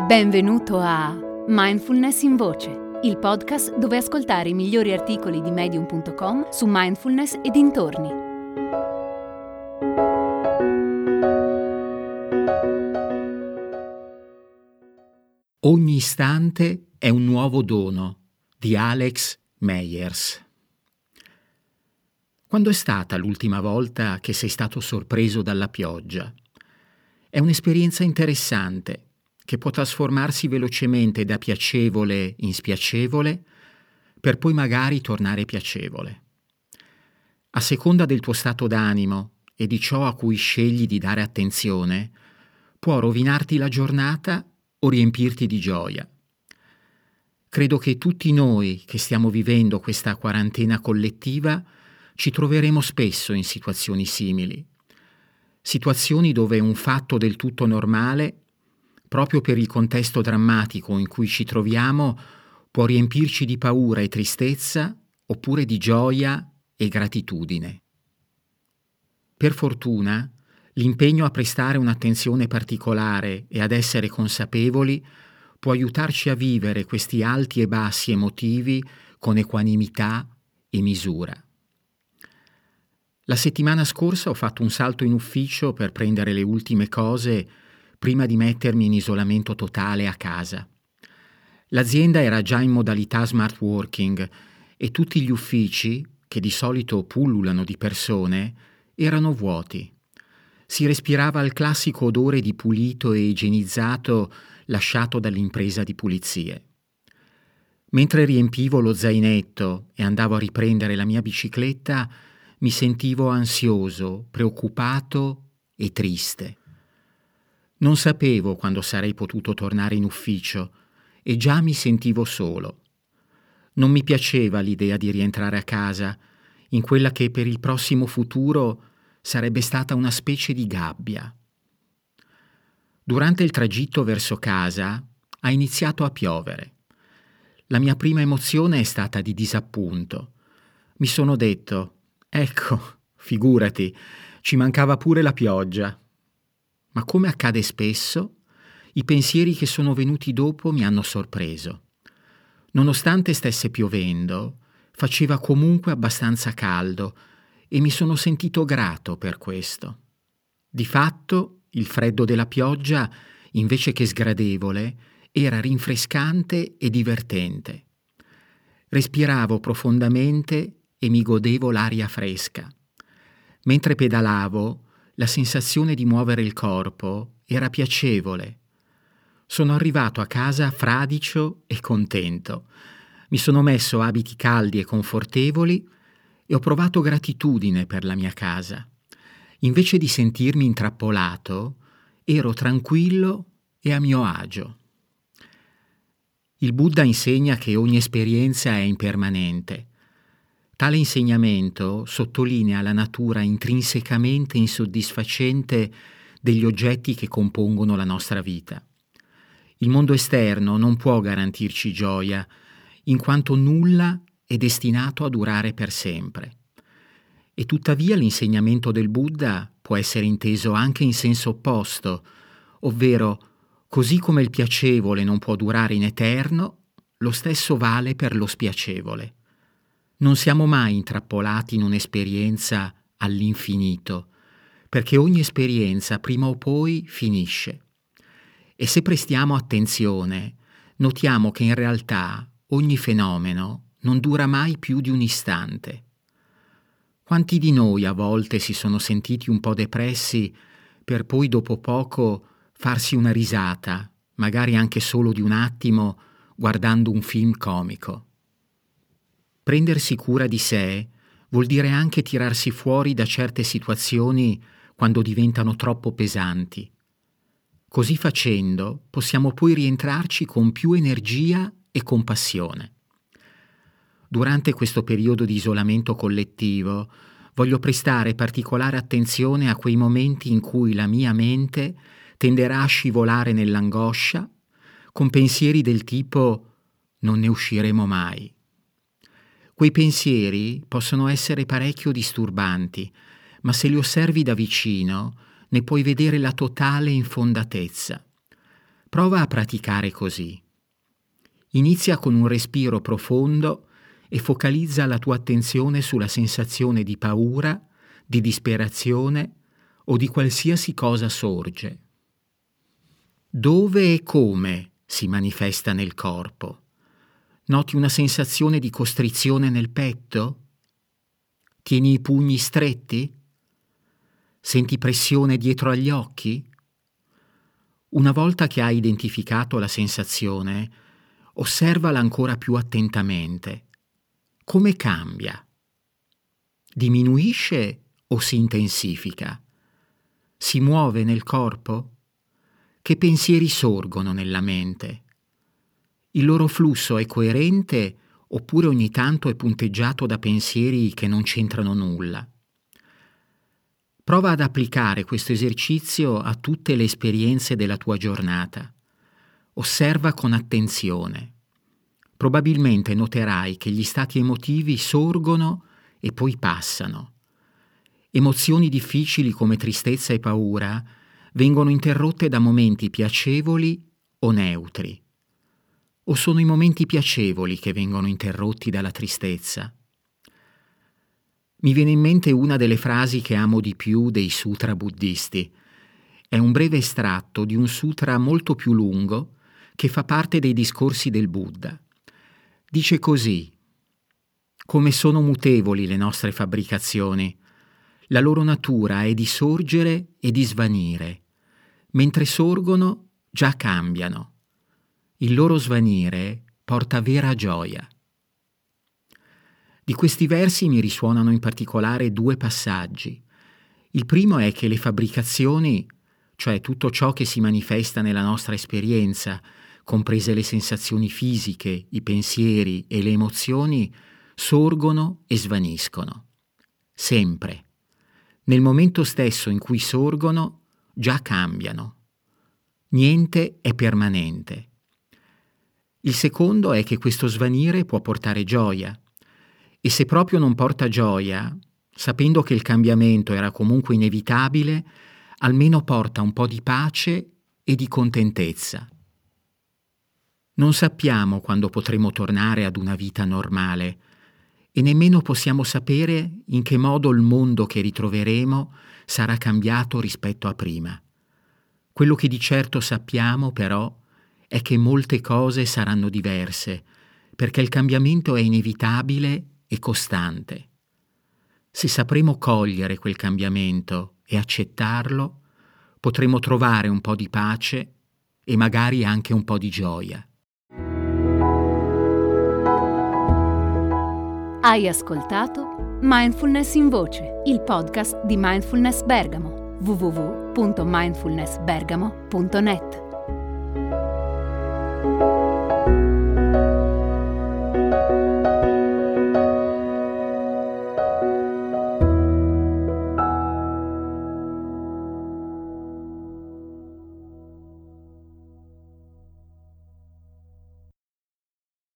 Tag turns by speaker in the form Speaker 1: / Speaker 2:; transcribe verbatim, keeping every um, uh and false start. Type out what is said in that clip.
Speaker 1: Benvenuto a Mindfulness in Voce, il podcast dove ascoltare i migliori articoli di medium punto com su mindfulness e dintorni.
Speaker 2: Ogni istante è un nuovo dono di Alex Meyers. Quando è stata l'ultima volta che sei stato sorpreso dalla pioggia? È un'esperienza interessante che può trasformarsi velocemente da piacevole in spiacevole per poi magari tornare piacevole. A seconda del tuo stato d'animo e di ciò a cui scegli di dare attenzione, può rovinarti la giornata o riempirti di gioia. Credo che tutti noi che stiamo vivendo questa quarantena collettiva ci troveremo spesso in situazioni simili. Situazioni dove un fatto del tutto normale, proprio per il contesto drammatico in cui ci troviamo, può riempirci di paura e tristezza oppure di gioia e gratitudine. Per fortuna, l'impegno a prestare un'attenzione particolare e ad essere consapevoli può aiutarci a vivere questi alti e bassi emotivi con equanimità e misura. La settimana scorsa ho fatto un salto in ufficio per prendere le ultime cose prima di mettermi in isolamento totale a casa. L'azienda era già in modalità smart working e tutti gli uffici, che di solito pullulano di persone, erano vuoti. Si respirava il classico odore di pulito e igienizzato lasciato dall'impresa di pulizie. Mentre riempivo lo zainetto e andavo a riprendere la mia bicicletta, mi sentivo ansioso, preoccupato e triste. Non sapevo quando sarei potuto tornare in ufficio e già mi sentivo solo. Non mi piaceva l'idea di rientrare a casa, in quella che per il prossimo futuro sarebbe stata una specie di gabbia. Durante il tragitto verso casa ha iniziato a piovere. La mia prima emozione è stata di disappunto. Mi sono detto, ecco, figurati, ci mancava pure la pioggia. Ma come accade spesso, i pensieri che sono venuti dopo mi hanno sorpreso. Nonostante stesse piovendo, faceva comunque abbastanza caldo e mi sono sentito grato per questo. Di fatto, il freddo della pioggia, invece che sgradevole, era rinfrescante e divertente. Respiravo profondamente e mi godevo l'aria fresca. Mentre pedalavo, la sensazione di muovere il corpo era piacevole. Sono arrivato a casa fradicio e contento. Mi sono messo abiti caldi e confortevoli e ho provato gratitudine per la mia casa. Invece di sentirmi intrappolato, ero tranquillo e a mio agio. Il Buddha insegna che ogni esperienza è impermanente. Tale insegnamento sottolinea la natura intrinsecamente insoddisfacente degli oggetti che compongono la nostra vita. Il mondo esterno non può garantirci gioia, in quanto nulla è destinato a durare per sempre. E tuttavia l'insegnamento del Buddha può essere inteso anche in senso opposto, ovvero, così come il piacevole non può durare in eterno, lo stesso vale per lo spiacevole. Non siamo mai intrappolati in un'esperienza all'infinito, perché ogni esperienza prima o poi finisce. E se prestiamo attenzione, notiamo che in realtà ogni fenomeno non dura mai più di un istante. Quanti di noi a volte si sono sentiti un po' depressi per poi dopo poco farsi una risata, magari anche solo di un attimo, guardando un film comico? Prendersi cura di sé vuol dire anche tirarsi fuori da certe situazioni quando diventano troppo pesanti. Così facendo possiamo poi rientrarci con più energia e compassione. Durante questo periodo di isolamento collettivo voglio prestare particolare attenzione a quei momenti in cui la mia mente tenderà a scivolare nell'angoscia con pensieri del tipo «non ne usciremo mai». Quei pensieri possono essere parecchio disturbanti, ma se li osservi da vicino ne puoi vedere la totale infondatezza. Prova a praticare così. Inizia con un respiro profondo e focalizza la tua attenzione sulla sensazione di paura, di disperazione o di qualsiasi cosa sorge. Dove e come si manifesta nel corpo? Noti una sensazione di costrizione nel petto? Tieni i pugni stretti? Senti pressione dietro agli occhi? Una volta che hai identificato la sensazione, osservala ancora più attentamente. Come cambia? Diminuisce o si intensifica? Si muove nel corpo? Che pensieri sorgono nella mente? Il loro flusso è coerente oppure ogni tanto è punteggiato da pensieri che non c'entrano nulla? Prova ad applicare questo esercizio a tutte le esperienze della tua giornata. Osserva con attenzione. Probabilmente noterai che gli stati emotivi sorgono e poi passano. Emozioni difficili come tristezza e paura vengono interrotte da momenti piacevoli o neutri. O sono i momenti piacevoli che vengono interrotti dalla tristezza? Mi viene in mente una delle frasi che amo di più dei sutra buddisti. È un breve estratto di un sutra molto più lungo che fa parte dei discorsi del Buddha. Dice così: come sono mutevoli le nostre fabbricazioni. La loro natura è di sorgere e di svanire. Mentre sorgono, già cambiano. Il loro svanire porta vera gioia. Di questi versi mi risuonano in particolare due passaggi. Il primo è che le fabbricazioni, cioè tutto ciò che si manifesta nella nostra esperienza, comprese le sensazioni fisiche, i pensieri e le emozioni, sorgono e svaniscono. Sempre. Nel momento stesso in cui sorgono, già cambiano. Niente è permanente. Il secondo è che questo svanire può portare gioia. E se proprio non porta gioia, sapendo che il cambiamento era comunque inevitabile, almeno porta un po' di pace e di contentezza. Non sappiamo quando potremo tornare ad una vita normale e nemmeno possiamo sapere in che modo il mondo che ritroveremo sarà cambiato rispetto a prima. Quello che di certo sappiamo, però, è che molte cose saranno diverse, perché il cambiamento è inevitabile e costante. Se sapremo cogliere quel cambiamento e accettarlo, potremo trovare un po' di pace e magari anche un po' di gioia.
Speaker 1: Hai ascoltato Mindfulness in Voce, il podcast di Mindfulness Bergamo, w w w punto mindfulness bergamo punto net.